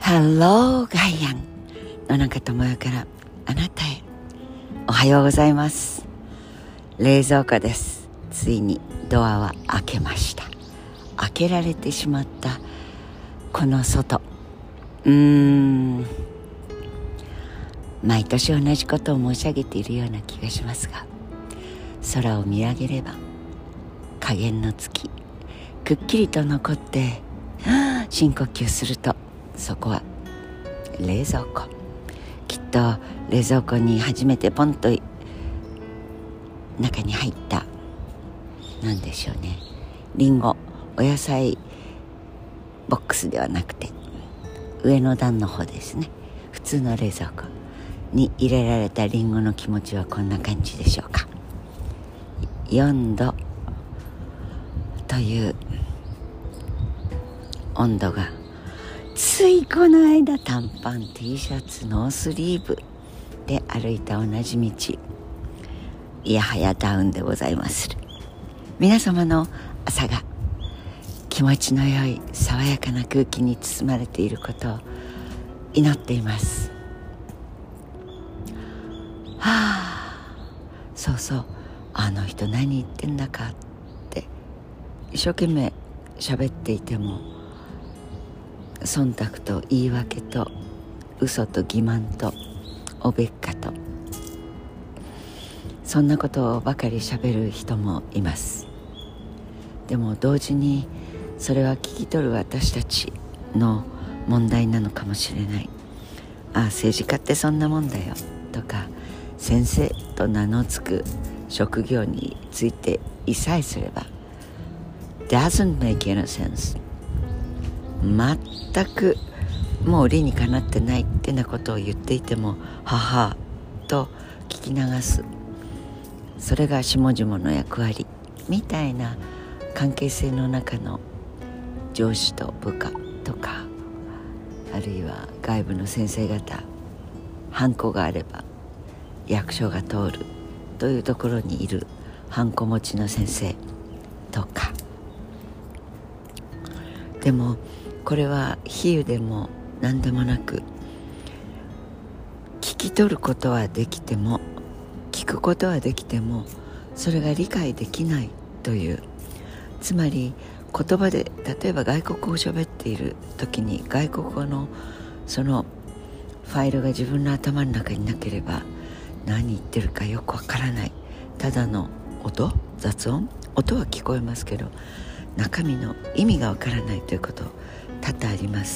ハローガイアン、野中智代からあなたへ。おはようございます。冷蔵庫です。ついにドアは開けました。開けられてしまったこの外、毎年同じことを申し上げているような気がしますが、空を見上げれば下弦の月くっきりと残って、深呼吸するとそこは冷蔵庫。きっと冷蔵庫に初めてポンと中に入ったなんでしょうね、リンゴ、お野菜ボックスではなくて上の段の方ですね、普通の冷蔵庫に入れられたリンゴの気持ちはこんな感じでしょうか。4度という温度が、ついこの間短パン T シャツノースリーブで歩いた同じ道、いやはやダウンでございまする。皆様の朝が気持ちの良い爽やかな空気に包まれていることを祈っています。そうそう、あの人何言ってんだかって一生懸命喋っていても、忖度と言い訳と嘘と欺瞞とおべっかと、そんなことばかり喋る人もいます。でも同時にそれは聞き取る私たちの問題なのかもしれない。政治家ってそんなもんだよとか、先生と名の付く職業についていさえすれば doesn't make any sense、 全くもう理にかなってないってなことを言っていても、ははと聞き流す、それが下々の役割みたいな関係性の中の上司と部下とか、あるいは外部の先生方、ハンコがあれば役所が通るというところにいるハンコ持ちの先生とか。でもこれは比喩でも何でもなく、聞き取ることはできても聞くことはできてもそれが理解できないという、つまり言葉で例えば外国語を喋っている時に外国語のそのファイルが自分の頭の中になければ何言ってるかよくわからない、ただの音、雑音、音は聞こえますけど中身の意味がわからないということ多々あります。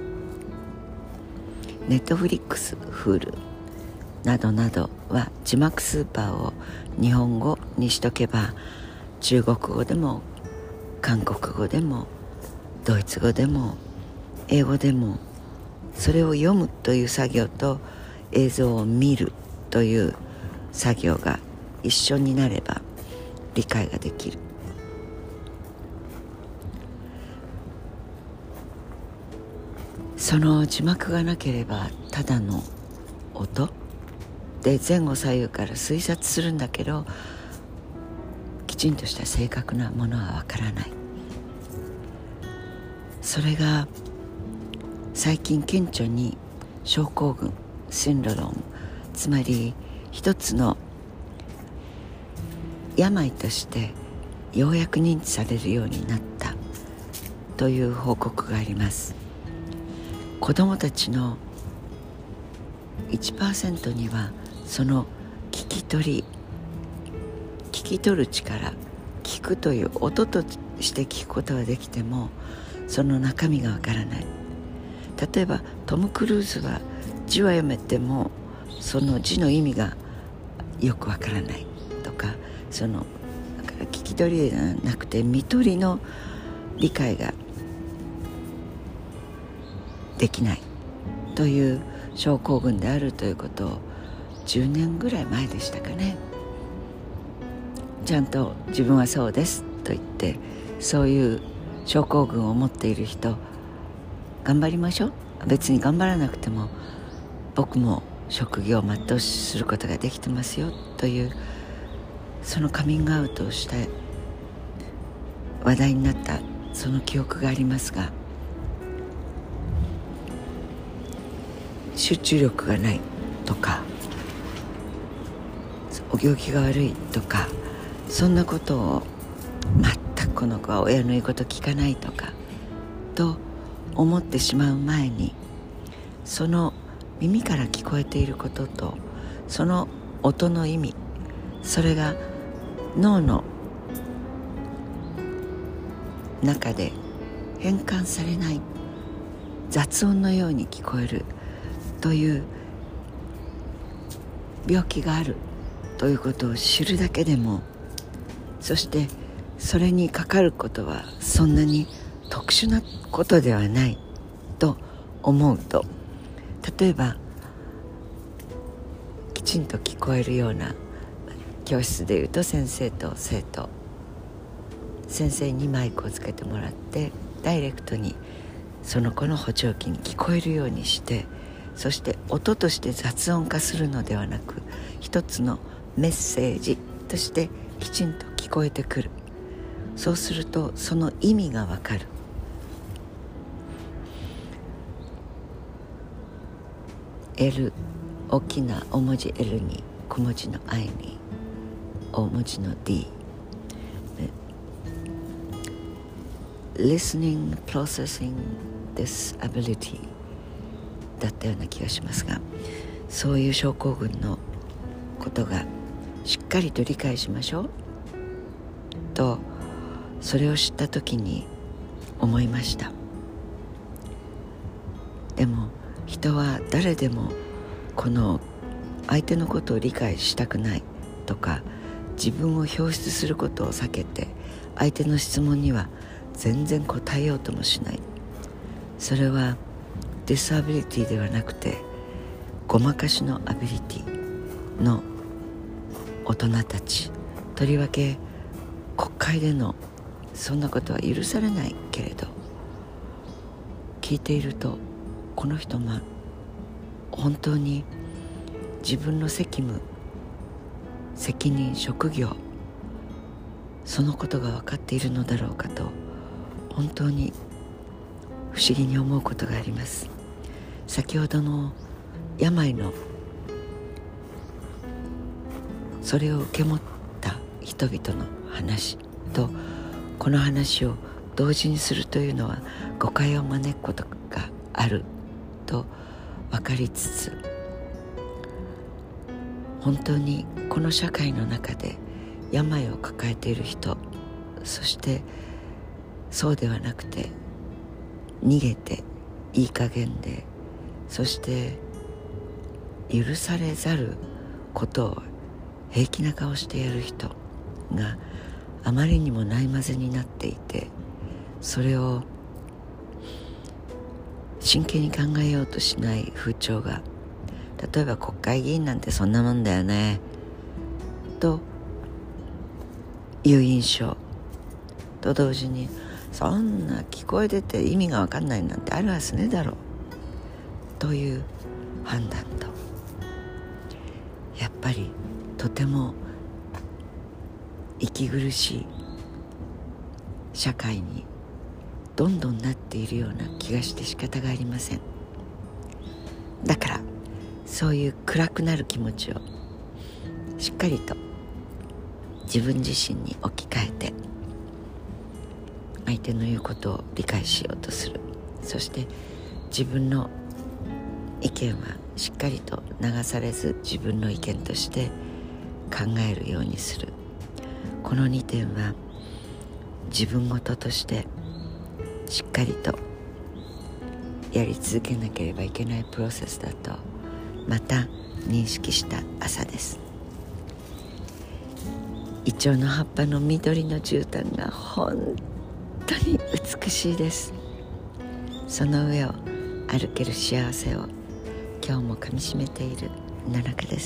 ネットフリックス、フールなどなどは字幕スーパーを日本語にしとけば、中国語でも韓国語でもドイツ語でも英語でも、それを読むという作業と映像を見るという作業が一緒になれば理解ができる。その字幕がなければただの音で前後左右から推察するんだけど、きちんとした正確なものはわからない。それが最近顕著に症候群、シンドローム、つまり一つの病としてようやく認知されるようになったという報告があります。子どもたちの 1% にはその聞き取る力、聞くという音として聞くことはできてもその中身がわからない。例えばトム・クルーズは字は読めてもその字の意味がよくわからないとか、そのだから聞き取りではなくて見取りの理解ができないという症候群であるということを10年ぐらい前でしたかね、ちゃんと自分はそうですと言ってそういう症候群を持っている人、頑張りましょう。別に頑張らなくても僕も職業を全うすることができてますよという、そのカミングアウトをして話題になったその記憶がありますが、 集中力がないとか、お行儀が悪いとか、そんなことを全くこの子は親の言うこと聞かないとかと思ってしまう前に、その耳から聞こえていることとその音の意味、それが脳の中で変換されない雑音のように聞こえるという病気があるということを知るだけでも、そしてそれにかかることはそんなに特殊なことではないと思うと、例えばきちんと聞こえるような教室でいうと、先生と生徒、先生にマイクをつけてもらってダイレクトにその子の補聴器に聞こえるようにして、そして音として雑音化するのではなく、一つのメッセージとしてきちんと聞こえてくる。そうするとその意味がわかる。L、大きな大文字 L に小文字の I に大文字の D、 Listening Processing Disability だったような気がしますが、そういう症候群のことがしっかりと理解しましょうと、それを知った時に思いました。でも人は誰でもこの相手のことを理解したくないとか、自分を表出することを避けて相手の質問には全然答えようともしない。それはディスアビリティではなくて、ごまかしのアビリティの大人たち。とりわけ国会でのそんなことは許されないけれど、聞いているとこの人が本当に自分の責務、責任、職業、そのことが分かっているのだろうかと、本当に不思議に思うことがあります。先ほどの病のそれを受け持った人々の話とこの話を同時にするというのは誤解を招くことがあると分かりつつ、本当にこの社会の中で病を抱えている人、そしてそうではなくて逃げていい加減で、そして許されざることを平気な顔してやる人があまりにもないまぜになっていて、それを真剣に考えようとしない風潮が、例えば国会議員なんてそんなもんだよねという印象と同時に、そんな聞こえてて意味が分かんないなんてあるはずねえだろうという判断と、やっぱりとても息苦しい社会にどんどんなっているような気がして仕方がありません。だからそういう暗くなる気持ちをしっかりと自分自身に置き換えて、相手の言うことを理解しようとする。そして自分の意見はしっかりと流されず自分の意見として考えるようにする。この2点は自分事としてしっかりとやり続けなければいけないプロセスだとまた認識した朝です。イチョウの葉っぱの緑の絨毯が本当に美しいです。その上を歩ける幸せを今日もかみしめている野中です。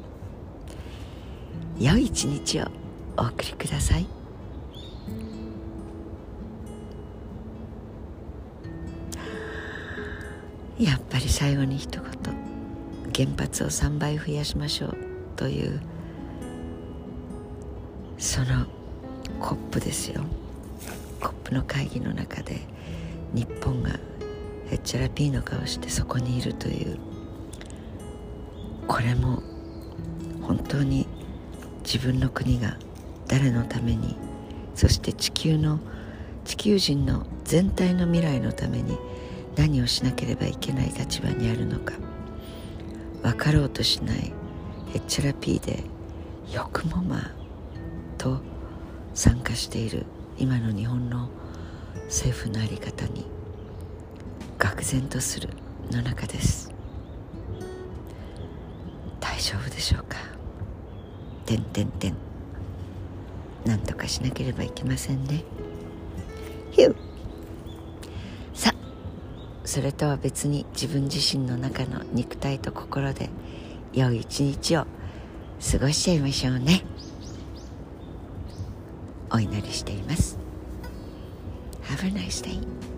良い一日をお送りください。やっぱり最後に一言、原発を3倍増やしましょうというそのコップですよ。コップの会議の中で日本がへっちゃらピーの顔してそこにいるというこれも本当に自分の国が誰のために、そして地球人の全体の未来のために何をしなければいけない立場にあるのか分かろうとしないへっちゃらピーでよくもまあと参加している今の日本の政府の在り方に愕然とするの中です。大丈夫でしょうか。なんとかしなければいけませんね。さあ、それとは別に自分自身の中の肉体と心で良い一日を過ごしちゃいましょうね。お祈りしています。Have a nice day.